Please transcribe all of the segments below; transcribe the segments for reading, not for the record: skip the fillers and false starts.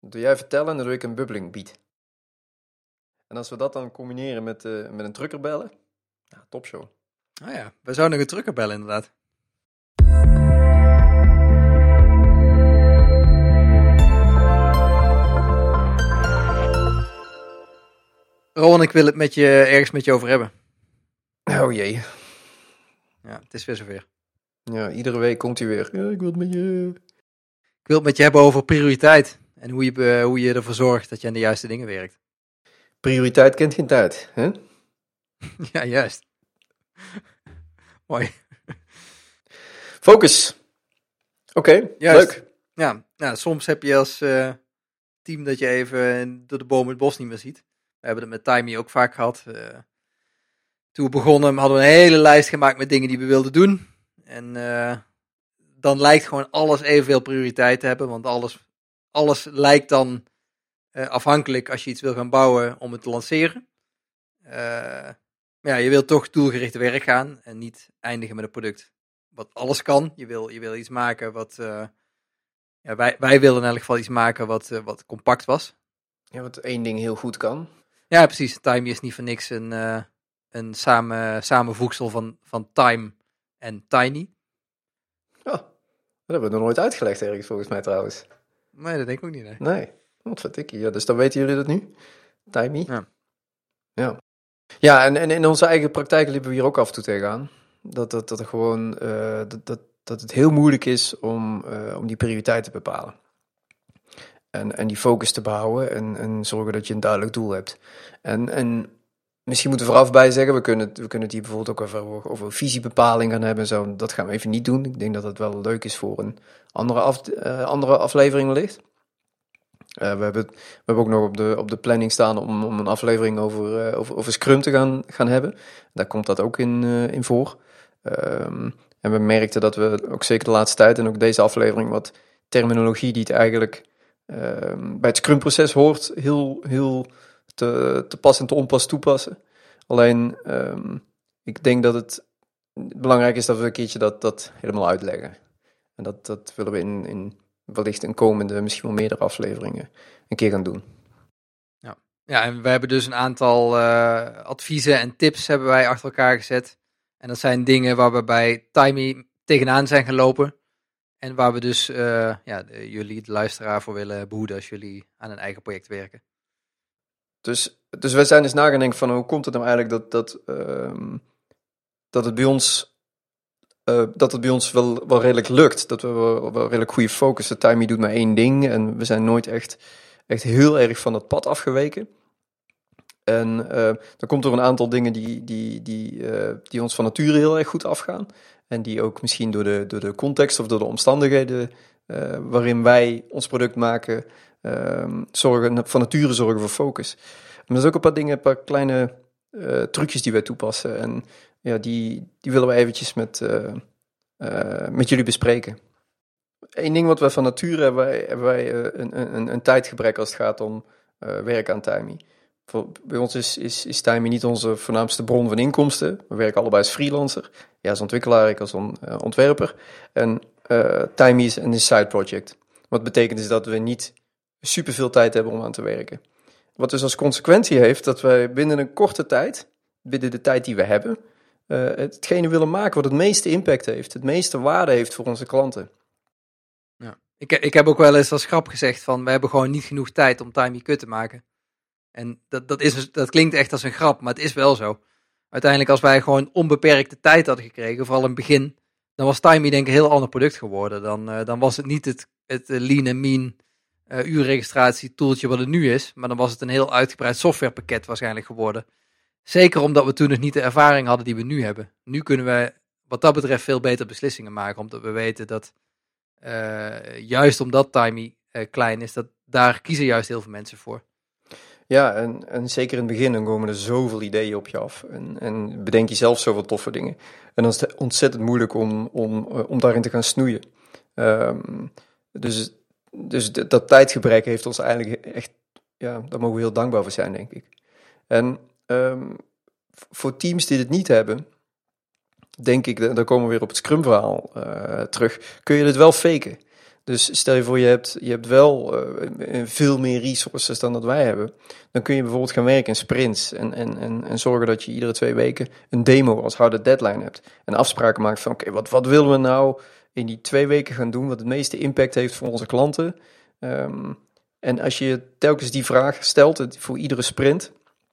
Dat doe jij vertellen en dan doe ik een bubbeling beat. En als we dat dan combineren met een trucker bellen, ja, topshow. Oh ja, we zouden nog een trucker bellen inderdaad. Ron, ik wil het ergens met je over hebben. Oh jee. Ja, het is weer zover. Ja, iedere week komt hij weer. Ja, ik wil het met je... Ik wil het met je hebben over prioriteit. En hoe je ervoor zorgt dat je aan de juiste dingen werkt. Prioriteit kent geen tijd, hè? Ja, juist. Mooi. Focus. Oké, leuk. Ja, nou, soms heb je als team dat je even door de bomen het bos niet meer ziet. We hebben het met Timey ook vaak gehad. Toen we begonnen hadden we een hele lijst gemaakt met dingen die we wilden doen. En dan lijkt gewoon alles evenveel prioriteit te hebben. Want alles lijkt dan afhankelijk als je iets wil gaan bouwen om het te lanceren. Maar ja, je wilt toch doelgericht te werk gaan en niet eindigen met een product wat alles kan. Je wil iets maken wat... wij wilden in elk geval iets maken wat compact was. Ja, wat één ding heel goed kan. Ja, precies. Timey is niet voor niks een samenvoegsel van time en tiny. Oh, dat hebben we nog nooit uitgelegd ergens volgens mij trouwens. Nee, dat denk ik ook niet. Nee. Nee, wat vertikkie. Ja, dus dan weten jullie dat nu? Timey? Ja. Ja, en in onze eigen praktijk liepen we hier ook af en toe tegenaan. Dat er gewoon... dat het heel moeilijk is om die prioriteit te bepalen. En die focus te behouden en zorgen dat je een duidelijk doel hebt. En misschien moeten we vooraf bij zeggen, we kunnen het hier bijvoorbeeld ook over visiebepaling gaan hebben. Zo. Dat gaan we even niet doen. Ik denk dat het wel leuk is voor een andere aflevering wellicht. We hebben ook nog op de planning staan om een aflevering over Scrum te gaan hebben. Daar komt dat ook in voor. En we merkten dat we ook zeker de laatste tijd en ook deze aflevering wat terminologie die het eigenlijk bij het Scrum-proces hoort, heel te pas en te onpas toepassen. Alleen, ik denk dat het belangrijk is dat we een keertje dat helemaal uitleggen. En dat willen we in wellicht een komende, misschien wel meerdere afleveringen een keer gaan doen. Ja, en we hebben dus een aantal adviezen en tips hebben wij achter elkaar gezet. En dat zijn dingen waar we bij Timey tegenaan zijn gelopen. En waar we dus jullie, de luisteraar, voor willen behoeden als jullie aan een eigen project werken. Dus wij zijn dus na gaan denken van hoe komt het nou eigenlijk dat het bij ons wel redelijk lukt. Dat we wel redelijk goede focus. De Timey doet maar één ding en we zijn nooit echt heel erg van dat pad afgeweken. En dat komt door een aantal dingen die ons van nature heel erg goed afgaan. En die ook misschien door de context of door de omstandigheden waarin wij ons product maken, van nature zorgen voor focus. Maar er zijn ook een paar kleine trucjes die wij toepassen. En ja, die willen we eventjes met jullie bespreken. Eén ding wat we van nature hebben wij een tijdgebrek als het gaat om werken aan Timey. Bij ons is Timey niet onze voornaamste bron van inkomsten. We werken allebei als freelancer. Ja, als ontwikkelaar, ik als ontwerper. En Timey is een side project. Wat betekent is dat we niet superveel tijd hebben om aan te werken. Wat dus als consequentie heeft dat wij binnen een korte tijd, binnen de tijd die we hebben, hetgene willen maken wat het meeste impact heeft, het meeste waarde heeft voor onze klanten. Ja. Ik heb ook wel eens als grap gezegd van, we hebben gewoon niet genoeg tijd om Timey kut te maken. En dat klinkt echt als een grap, maar het is wel zo. Uiteindelijk, als wij gewoon onbeperkte tijd hadden gekregen, vooral in het begin, dan was Timey denk ik een heel ander product geworden. Dan was het niet het lean en mean uurregistratie tooltje wat het nu is, maar dan was het een heel uitgebreid softwarepakket waarschijnlijk geworden. Zeker omdat we toen nog niet de ervaring hadden die we nu hebben. Nu kunnen we wat dat betreft veel beter beslissingen maken, omdat we weten dat juist omdat Timey klein is, dat daar kiezen juist heel veel mensen voor. Ja, en zeker in het begin dan komen er zoveel ideeën op je af. En bedenk je zelf zoveel toffe dingen. En dan is het ontzettend moeilijk om daarin te gaan snoeien. Dus dat tijdgebrek heeft ons eigenlijk echt... Ja, daar mogen we heel dankbaar voor zijn, denk ik. En voor teams die dit niet hebben, denk ik, dan komen we weer op het Scrum-verhaal terug, kun je dit wel faken. Dus stel je voor, je hebt wel veel meer resources dan dat wij hebben. Dan kun je bijvoorbeeld gaan werken in sprints en zorgen dat je iedere 2 weken een demo als harde deadline hebt. En afspraken maakt van, oké, wat willen we nou in die 2 weken gaan doen, wat het meeste impact heeft voor onze klanten. En als je telkens die vraag stelt voor iedere sprint,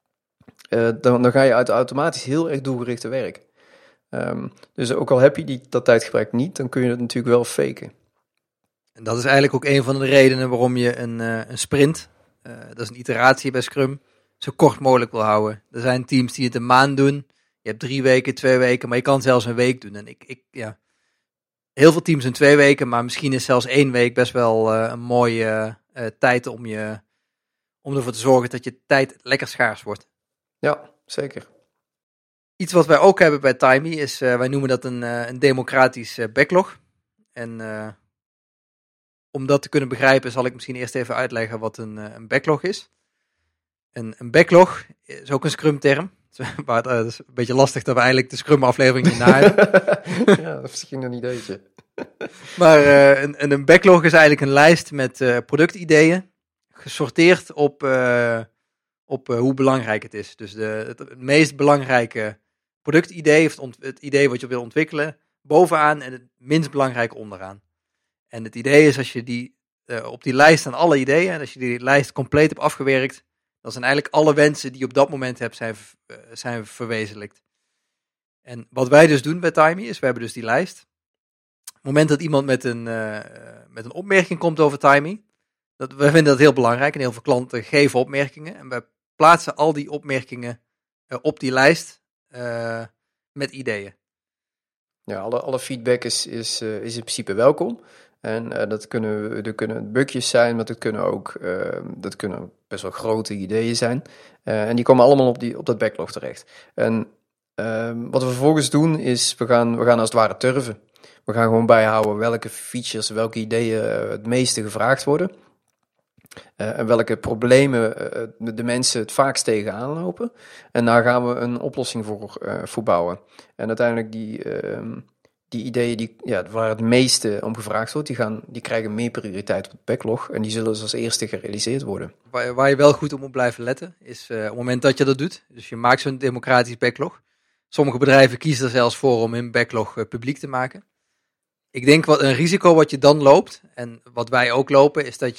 dan ga je automatisch heel erg doelgericht te werk. Dus ook al heb je dat tijdgebrek niet, dan kun je het natuurlijk wel faken. En dat is eigenlijk ook een van de redenen waarom je een sprint, dat is een iteratie bij Scrum, zo kort mogelijk wil houden. Er zijn teams die het een maand doen. Je hebt 3 weken, 2 weken, maar je kan zelfs een week doen. En heel veel teams in 2 weken, maar misschien is zelfs 1 week best wel een mooie tijd om ervoor te zorgen dat je tijd lekker schaars wordt. Ja, zeker. Iets wat wij ook hebben bij Timey is, wij noemen dat een democratisch backlog. En om dat te kunnen begrijpen zal ik misschien eerst even uitleggen wat een backlog is. Een backlog is ook een Scrum-term. Maar het is een beetje lastig dat we eigenlijk de Scrum-aflevering niet na hebben. Ja, dat is misschien een ideetje. Maar een backlog is eigenlijk een lijst met productideeën, gesorteerd op hoe belangrijk het is. Dus het meest belangrijke productidee, of het idee wat je wil ontwikkelen, bovenaan en het minst belangrijke onderaan. En het idee is als je op die lijst staan alle ideeën, en als je die lijst compleet hebt afgewerkt, dan zijn eigenlijk alle wensen die je op dat moment hebt, zijn verwezenlijkt. En wat wij dus doen bij Timey is, we hebben dus die lijst. Op het moment dat iemand met een opmerking komt over Timey, wij vinden dat heel belangrijk en heel veel klanten geven opmerkingen. En wij plaatsen al die opmerkingen op die lijst met ideeën. Ja, alle feedback is in principe welkom. En er kunnen bugjes zijn, maar dat kunnen best wel grote ideeën zijn. En die komen allemaal op dat backlog terecht. En wat we vervolgens doen is, we gaan als het ware turven. We gaan gewoon bijhouden welke features, welke ideeën het meeste gevraagd worden. En welke problemen de mensen het vaakst tegenaan lopen. En daar gaan we een oplossing voor bouwen. En uiteindelijk die ideeën waar het meeste om gevraagd wordt, die krijgen meer prioriteit op het backlog. En die zullen dus als eerste gerealiseerd worden. Waar je wel goed op moet blijven letten, is op het moment dat je dat doet. Dus je maakt zo'n democratisch backlog. Sommige bedrijven kiezen er zelfs voor om hun backlog publiek te maken. Ik denk een risico wat je dan loopt, en wat wij ook lopen, is dat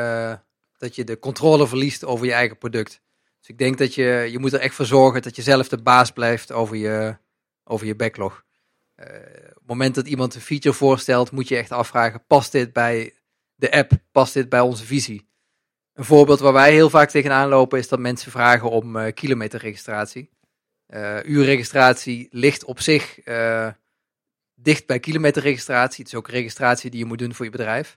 je de controle verliest over je eigen product. Dus ik denk dat je moet er echt voor zorgen dat je zelf de baas blijft over je backlog. Op het moment dat iemand een feature voorstelt, moet je echt afvragen, past dit bij de app? Past dit bij onze visie? Een voorbeeld waar wij heel vaak tegenaan lopen is dat mensen vragen om kilometerregistratie. Uurregistratie ligt op zich dicht bij kilometerregistratie. Het is ook een registratie die je moet doen voor je bedrijf.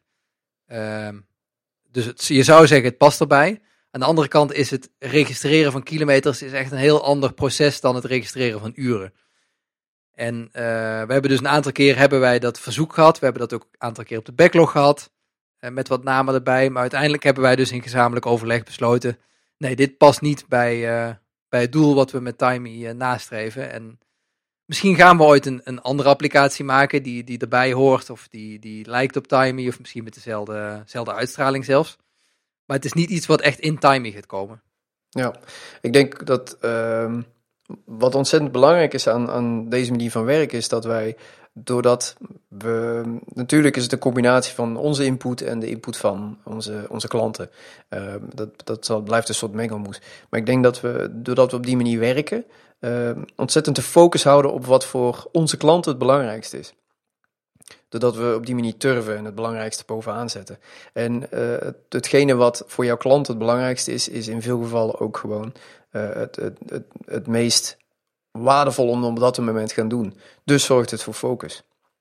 Dus je zou zeggen, het past erbij. Aan de andere kant is het registreren van kilometers is echt een heel ander proces dan het registreren van uren. En we hebben dus een aantal keer dat verzoek gehad. We hebben dat ook een aantal keer op de backlog gehad. Met wat namen erbij. Maar uiteindelijk hebben wij dus in gezamenlijk overleg besloten, nee, dit past niet bij het doel wat we met Timey nastreven. En misschien gaan we ooit een andere applicatie maken die erbij hoort. Of die lijkt op Timey. Of misschien met dezelfde uitstraling zelfs. Maar het is niet iets wat echt in Timey gaat komen. Ja, ik denk dat wat ontzettend belangrijk is aan deze manier van werken is dat wij, doordat we, natuurlijk is het een combinatie van onze input en de input van onze klanten. Blijft een soort mengelmoes. Maar ik denk dat doordat we op die manier werken, ontzettend de focus houden op wat voor onze klanten het belangrijkste is. Doordat we op die manier turven en het belangrijkste bovenaan zetten. En hetgene wat voor jouw klant het belangrijkste is in veel gevallen ook gewoon het meest waardevol om op dat moment gaan doen. Dus zorgt het voor focus.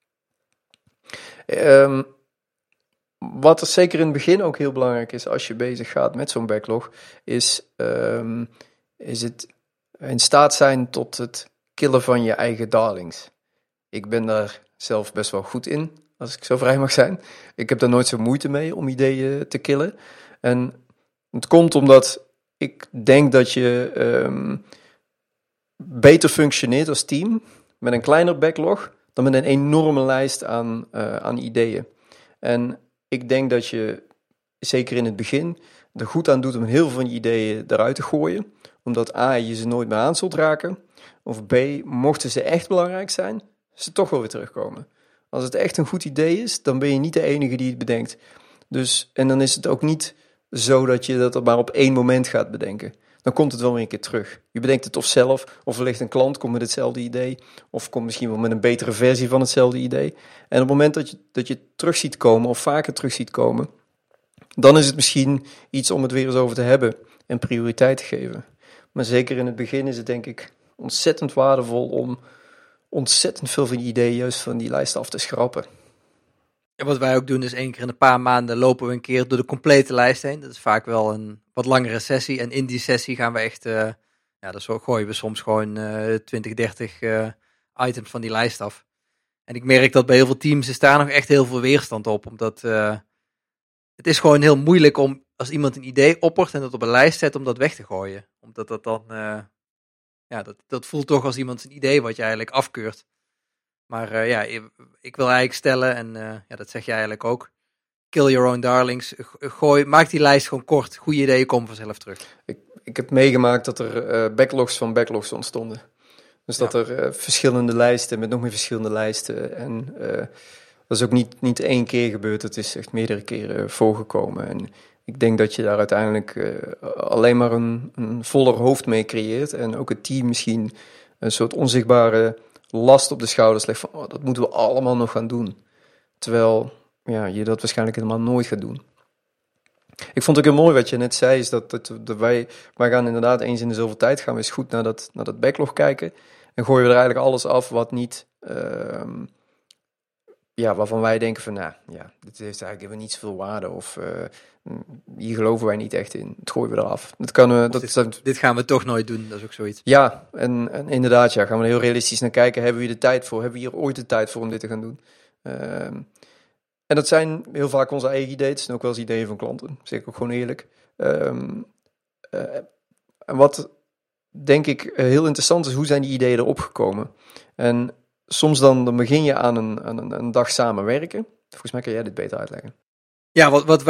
Wat er zeker in het begin ook heel belangrijk is als je bezig gaat met zo'n backlog, is het in staat zijn tot het killen van je eigen darlings. Ik ben daar zelf best wel goed in, als ik zo vrij mag zijn. Ik heb daar nooit zo moeite mee om ideeën te killen. En het komt omdat ik denk dat je beter functioneert als team met een kleiner backlog dan met een enorme lijst aan ideeën. En ik denk dat je, zeker in het begin, er goed aan doet om heel veel van je ideeën eruit te gooien. Omdat A, je ze nooit meer aan zult raken. Of B, mochten ze echt belangrijk zijn, ze toch wel weer terugkomen. Als het echt een goed idee is, dan ben je niet de enige die het bedenkt. Dus, en dan is het ook niet zo dat je dat maar op één moment gaat bedenken. Dan komt het wel weer een keer terug. Je bedenkt het of zelf, of wellicht een klant komt met hetzelfde idee, of komt misschien wel met een betere versie van hetzelfde idee. En op het moment dat je het terug ziet komen, of vaker terug ziet komen, dan is het misschien iets om het weer eens over te hebben en prioriteit te geven. Maar zeker in het begin is het denk ik ontzettend waardevol om ontzettend veel van die ideeën juist van die lijst af te schrappen. En wat wij ook doen is 1 keer in een paar maanden lopen we een keer door de complete lijst heen. Dat is vaak wel een wat langere sessie. En in die sessie gaan we echt, dan gooien we soms gewoon 20, 30 items van die lijst af. En ik merk dat bij heel veel teams is daar nog echt heel veel weerstand op. Omdat het is gewoon heel moeilijk om, als iemand een idee oppert en dat op een lijst zet, om dat weg te gooien. Omdat dat dan, dat voelt toch als iemand een idee wat je eigenlijk afkeurt. Maar ik wil eigenlijk stellen, en dat zeg jij eigenlijk ook, kill your own darlings. Maak die lijst gewoon kort. Goede ideeën komen vanzelf terug. Ik heb meegemaakt dat er backlogs van backlogs ontstonden. Dus dat er verschillende lijsten met nog meer verschillende lijsten. En dat is ook niet 1 keer gebeurd. Het is echt meerdere keren voorgekomen. En ik denk dat je daar uiteindelijk alleen maar een voller hoofd mee creëert. En ook het team misschien een soort onzichtbare last op de schouders legt van dat moeten we allemaal nog gaan doen. Terwijl je dat waarschijnlijk helemaal nooit gaat doen. Ik vond het ook heel mooi wat je net zei, is dat wij gaan inderdaad eens in de zoveel tijd gaan we eens goed naar dat backlog kijken. En gooien we er eigenlijk alles af wat niet, waarvan wij denken van, dit heeft eigenlijk helemaal niet zoveel waarde. Of hier geloven wij niet echt in. Dat gooien we eraf. Dit gaan we toch nooit doen, dat is ook zoiets. Ja, en inderdaad, gaan we er heel realistisch naar kijken. Hebben we hier de tijd voor? Hebben we hier ooit de tijd voor om dit te gaan doen? En dat zijn heel vaak onze eigen ideeën. En ook wel eens ideeën van klanten. Zeg ik ook gewoon eerlijk. En wat denk ik heel interessant is, hoe zijn die ideeën erop gekomen? En soms dan begin je aan een dag samenwerken. Volgens mij kan jij dit beter uitleggen. Ja,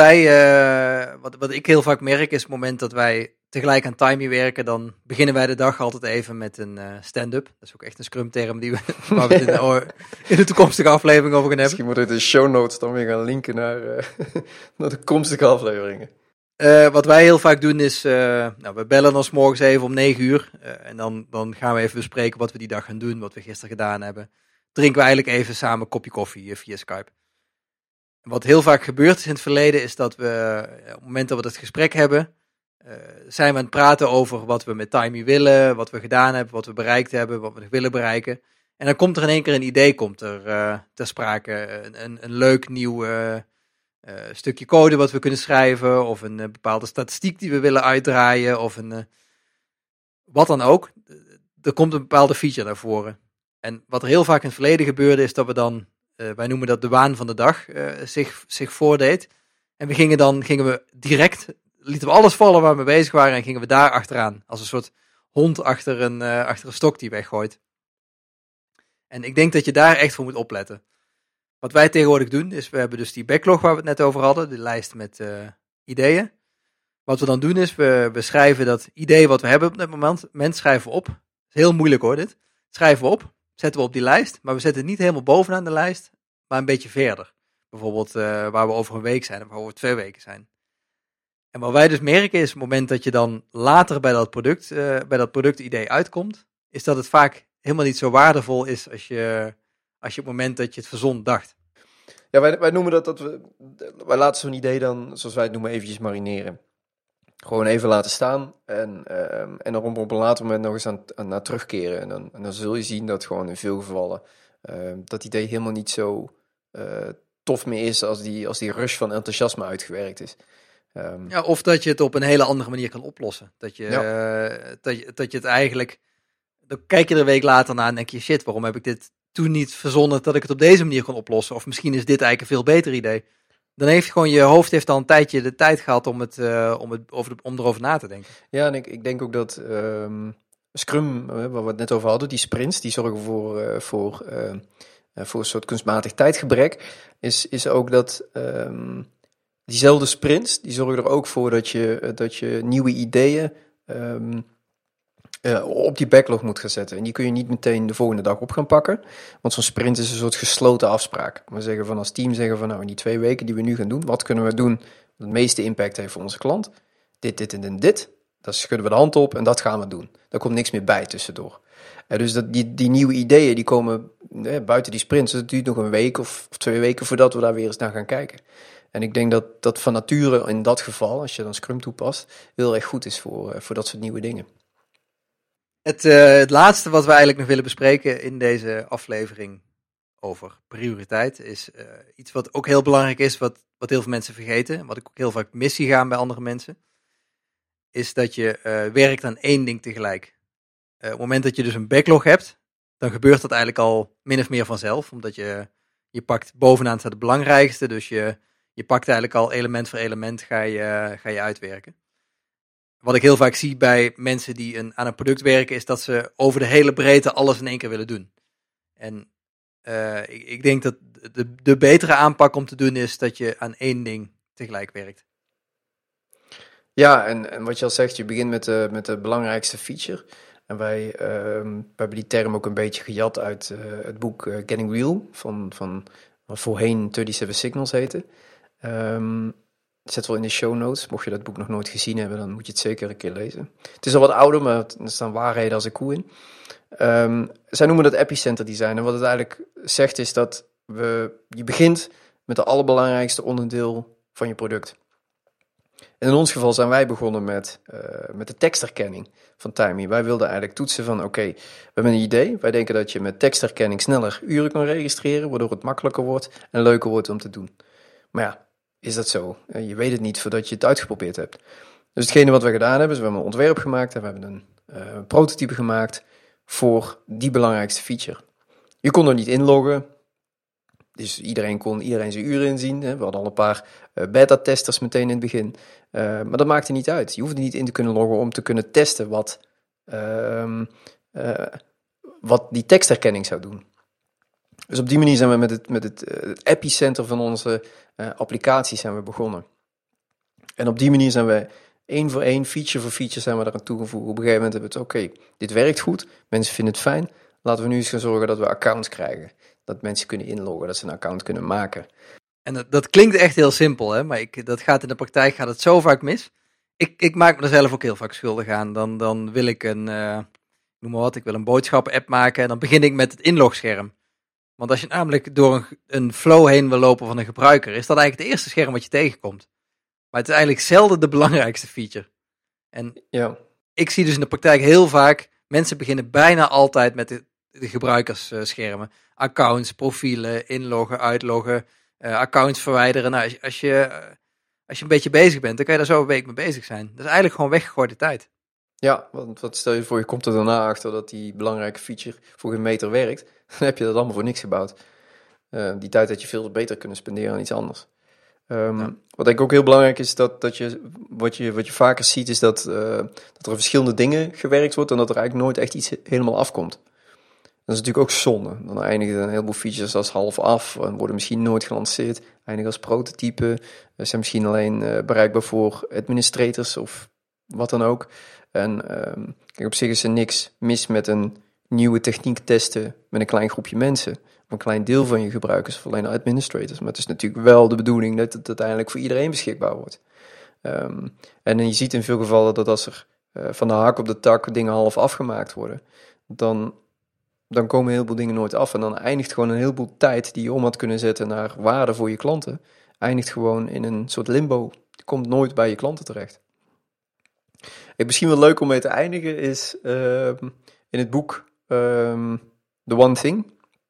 wat ik heel vaak merk is het moment dat wij tegelijk aan Timey werken, dan beginnen wij de dag altijd even met een stand-up. Dat is ook echt een scrum-term waar we het in de toekomstige aflevering over gaan hebben. Misschien moet ik de show notes dan weer gaan linken naar de toekomstige afleveringen. Wat wij heel vaak doen is, we bellen ons morgens even om 9 uur. En dan gaan we even bespreken wat we die dag gaan doen, wat we gisteren gedaan hebben. Drinken we eigenlijk even samen een kopje koffie via Skype. En wat heel vaak gebeurt is in het verleden, is dat we, op het moment dat we het gesprek hebben, zijn we aan het praten over wat we met Timey willen, wat we gedaan hebben, wat we bereikt hebben, wat we nog willen bereiken. En dan komt er in één keer een idee ter sprake, een leuk nieuw stukje code wat we kunnen schrijven, of een bepaalde statistiek die we willen uitdraaien, of wat dan ook. Er komt een bepaalde feature naar voren. En wat er heel vaak in het verleden gebeurde, is dat we dan, wij noemen dat de waan van de dag, zich voordeed. En lieten we alles vallen waar we mee bezig waren en gingen we daar achteraan. Als een soort hond achter een stok die weggooit. En ik denk dat je daar echt voor moet opletten. Wat wij tegenwoordig doen, is we hebben dus die backlog waar we het net over hadden. De lijst met ideeën. Wat we dan doen is, we schrijven dat idee wat we hebben op dit moment schrijven we op. Het is heel moeilijk hoor dit. Schrijven we op, zetten we op die lijst. Maar we zetten het niet helemaal bovenaan de lijst, maar een beetje verder. Bijvoorbeeld waar we over een week zijn of waar we over 2 weken zijn. En wat wij dus merken is, op het moment dat je dan later bij dat productidee uitkomt, is dat het vaak helemaal niet zo waardevol is als je op het moment dat je het verzon dacht. Ja, wij noemen wij laten zo'n idee dan, zoals wij het noemen, eventjes marineren. Gewoon even laten staan en dan op een later moment nog eens naar terugkeren. En dan zul je zien dat gewoon in veel gevallen dat idee helemaal niet zo tof meer is als die rush van enthousiasme uitgewerkt is. Of dat je het op een hele andere manier kan oplossen. Dat je het eigenlijk, dan kijk je er een week later naar en denk je, shit, waarom heb ik dit toen niet verzonnen dat ik het op deze manier kon oplossen? Of misschien is dit eigenlijk een veel beter idee. Dan heeft gewoon je hoofd al een tijdje de tijd gehad om erover na te denken. Ja, en ik denk ook dat Scrum, waar we het net over hadden, die sprints, die zorgen voor voor een soort kunstmatig tijdgebrek, is ook dat diezelfde sprints, die zorgen er ook voor dat je nieuwe ideeën op die backlog moet gaan zetten. En die kun je niet meteen de volgende dag op gaan pakken. Want zo'n sprint is een soort gesloten afspraak. We zeggen van als team nou in die 2 weken die we nu gaan doen, wat kunnen we doen dat het meeste impact heeft voor onze klant? Dit en dit. Dan schudden we de hand op en dat gaan we doen. Daar komt niks meer bij tussendoor. Dus die nieuwe ideeën die komen buiten die sprints. Dus het duurt nog een week of 2 weken voordat we daar weer eens naar gaan kijken. En ik denk dat van nature in dat geval, als je dan Scrum toepast, heel erg goed is voor dat soort nieuwe dingen. Het laatste wat we eigenlijk nog willen bespreken in deze aflevering over prioriteit is iets wat ook heel belangrijk is, wat heel veel mensen vergeten, wat ik ook heel vaak mis zie gaan bij andere mensen, is dat je werkt aan 1 ding tegelijk. Op het moment dat je dus een backlog hebt, dan gebeurt dat eigenlijk al min of meer vanzelf, omdat je pakt bovenaan staat het belangrijkste, dus je pakt eigenlijk al element voor element ga je uitwerken. Wat ik heel vaak zie bij mensen die aan een product werken, is dat ze over de hele breedte alles in 1 keer willen doen. En ik denk dat de betere aanpak om te doen is dat je aan 1 ding tegelijk werkt. Ja, en wat je al zegt, je begint met de belangrijkste feature. En wij hebben die term ook een beetje gejat uit het boek Getting Real, van wat voorheen 37 Signals heette. Zet wel in de show notes. Mocht je dat boek nog nooit gezien hebben, dan moet je het zeker een keer lezen. Het is al wat ouder, maar er staan waarheden als een koe in. Zij noemen dat epicenter design. En wat het eigenlijk zegt is dat je begint met de allerbelangrijkste onderdeel van je product. En in ons geval zijn wij begonnen met de tekstherkenning van Timey. Wij wilden eigenlijk toetsen van oké, we hebben een idee. Wij denken dat je met tekstherkenning sneller uren kan registreren, waardoor het makkelijker wordt en leuker wordt om te doen. Maar ja, is dat zo? Je weet het niet voordat je het uitgeprobeerd hebt. Dus hetgene wat we gedaan hebben, is we hebben een ontwerp gemaakt en we hebben een prototype gemaakt voor die belangrijkste feature. Je kon er niet inloggen, dus iedereen kon zijn uren inzien. We hadden al een paar beta-testers meteen in het begin. Maar dat maakte niet uit. Je hoefde niet in te kunnen loggen om te kunnen testen wat die tekstherkenning zou doen. Dus op die manier zijn we met het epicenter van onze applicatie zijn we begonnen. En op die manier zijn we 1 voor 1, feature voor feature zijn we eraan toegevoegd. Op een gegeven moment hebben we het, oké, dit werkt goed, mensen vinden het fijn. Laten we nu eens gaan zorgen dat we accounts krijgen. Dat mensen kunnen inloggen, dat ze een account kunnen maken. En dat klinkt echt heel simpel, hè? Maar dat gaat in de praktijk gaat het zo vaak mis. Ik maak me er zelf ook heel vaak schuldig aan. Dan wil ik noem maar wat, ik wil een boodschap-app maken en dan begin ik met het inlogscherm. Want als je namelijk door een flow heen wil lopen van een gebruiker, is dat eigenlijk het eerste scherm wat je tegenkomt. Maar het is eigenlijk zelden de belangrijkste feature. En ja, ik zie dus in de praktijk heel vaak, mensen beginnen bijna altijd met de gebruikersschermen. Accounts, profielen, inloggen, uitloggen, accounts verwijderen. Nou, als je een beetje bezig bent, dan kan je daar zo een week mee bezig zijn. Dat is eigenlijk gewoon weggegooide tijd. Ja, want wat stel je voor, je komt er daarna achter dat die belangrijke feature voor geen meter werkt. Dan heb je dat allemaal voor niks gebouwd. Die tijd had je veel beter kunnen spenderen aan iets anders. Wat ik ook heel belangrijk is, dat je wat je vaker ziet, is dat er verschillende dingen gewerkt wordt en dat er eigenlijk nooit echt iets helemaal afkomt. Dat is natuurlijk ook zonde. Dan eindigen een heleboel features als half af en worden misschien nooit gelanceerd. Eindigen als prototype, zijn misschien alleen bereikbaar voor administrators of wat dan ook. En kijk, op zich is er niks mis met een nieuwe techniek testen met een klein groepje mensen. Een klein deel van je gebruikers of alleen administrators. Maar het is natuurlijk wel de bedoeling dat het uiteindelijk voor iedereen beschikbaar wordt. En je ziet in veel gevallen dat als er van de haak op de tak dingen half afgemaakt worden, dan komen een heleboel dingen nooit af. En dan eindigt gewoon een heleboel tijd die je om had kunnen zetten naar waarde voor je klanten, eindigt gewoon in een soort limbo. Die komt nooit bij je klanten terecht. Misschien wel leuk om mee te eindigen is in het boek The One Thing.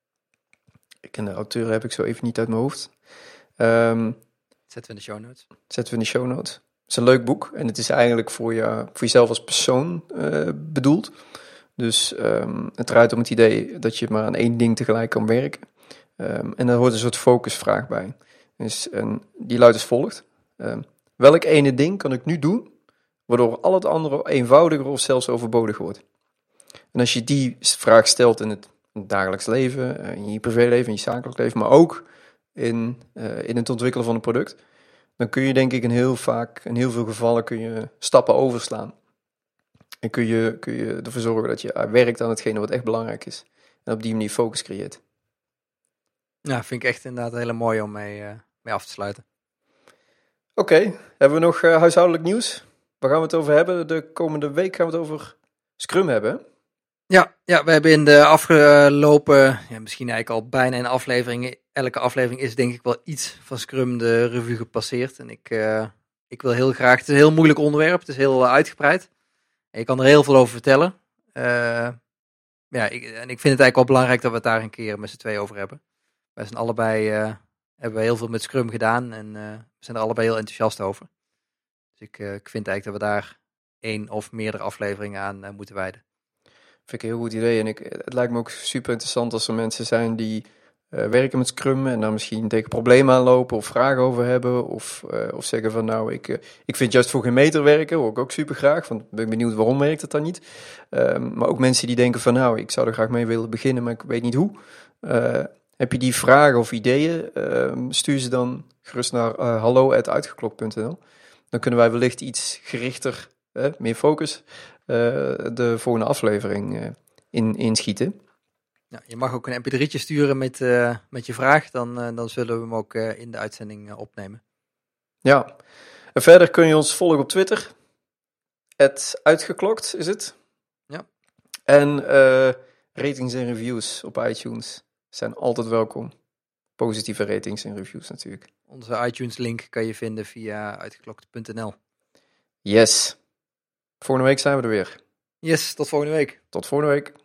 Ik ken de auteur, heb ik zo even niet uit mijn hoofd. Zetten we in de show notes. Het is een leuk boek en het is eigenlijk voor jezelf als persoon bedoeld. Dus het draait om het idee dat je maar aan 1 ding tegelijk kan werken. En daar hoort een soort focusvraag bij. Dus, die luidt als volgt. Welk ene ding kan ik nu doen, waardoor al het andere eenvoudiger of zelfs overbodig wordt? En als je die vraag stelt in het het dagelijks leven, in je privéleven, in je zakelijk leven, maar ook in het ontwikkelen van een product, dan kun je denk ik in heel veel gevallen kun je stappen overslaan. En kun je ervoor zorgen dat je werkt aan hetgene wat echt belangrijk is. En op die manier focus creëert. Ja, vind ik echt inderdaad een hele mooie om mee af te sluiten. Oké, hebben we nog huishoudelijk nieuws? Waar gaan we het over hebben? De komende week gaan we het over Scrum hebben. Ja, we hebben in de afgelopen, misschien eigenlijk al bijna een aflevering, elke aflevering is denk ik wel iets van Scrum de revue gepasseerd. En ik wil heel graag, het is een heel moeilijk onderwerp, het is heel uitgebreid. En je kan er heel veel over vertellen. Ik vind het eigenlijk wel belangrijk dat we het daar een keer met z'n twee over hebben. Wij zijn allebei, hebben we heel veel met Scrum gedaan en we zijn er allebei heel enthousiast over. Dus ik vind eigenlijk dat we daar 1 of meerdere afleveringen aan moeten wijden. Vind ik een heel goed idee. En het lijkt me ook super interessant als er mensen zijn die werken met Scrum en daar misschien tegen problemen aanlopen of vragen over hebben. Of zeggen van nou, ik vind juist voor geen meter werken, hoor ik ook super graag. Want ik ben benieuwd waarom werkt het dan niet. Maar ook mensen die denken van nou, ik zou er graag mee willen beginnen, maar ik weet niet hoe. Heb je die vragen of ideeën, stuur ze dan gerust naar hallo@uitgeklokt.nl. Dan kunnen wij wellicht iets gerichter, meer focus, de volgende aflevering inschieten. Ja, je mag ook een mp3'tje sturen met je vraag, dan zullen we hem ook in de uitzending opnemen. Ja, en verder kun je ons volgen op Twitter. @uitgeklokt is het. Ja. En ratings en reviews op iTunes zijn altijd welkom. Positieve ratings en reviews natuurlijk. Onze iTunes link kan je vinden via uitgeklokt.nl. Yes. Volgende week zijn we er weer. Yes, tot volgende week. Tot volgende week.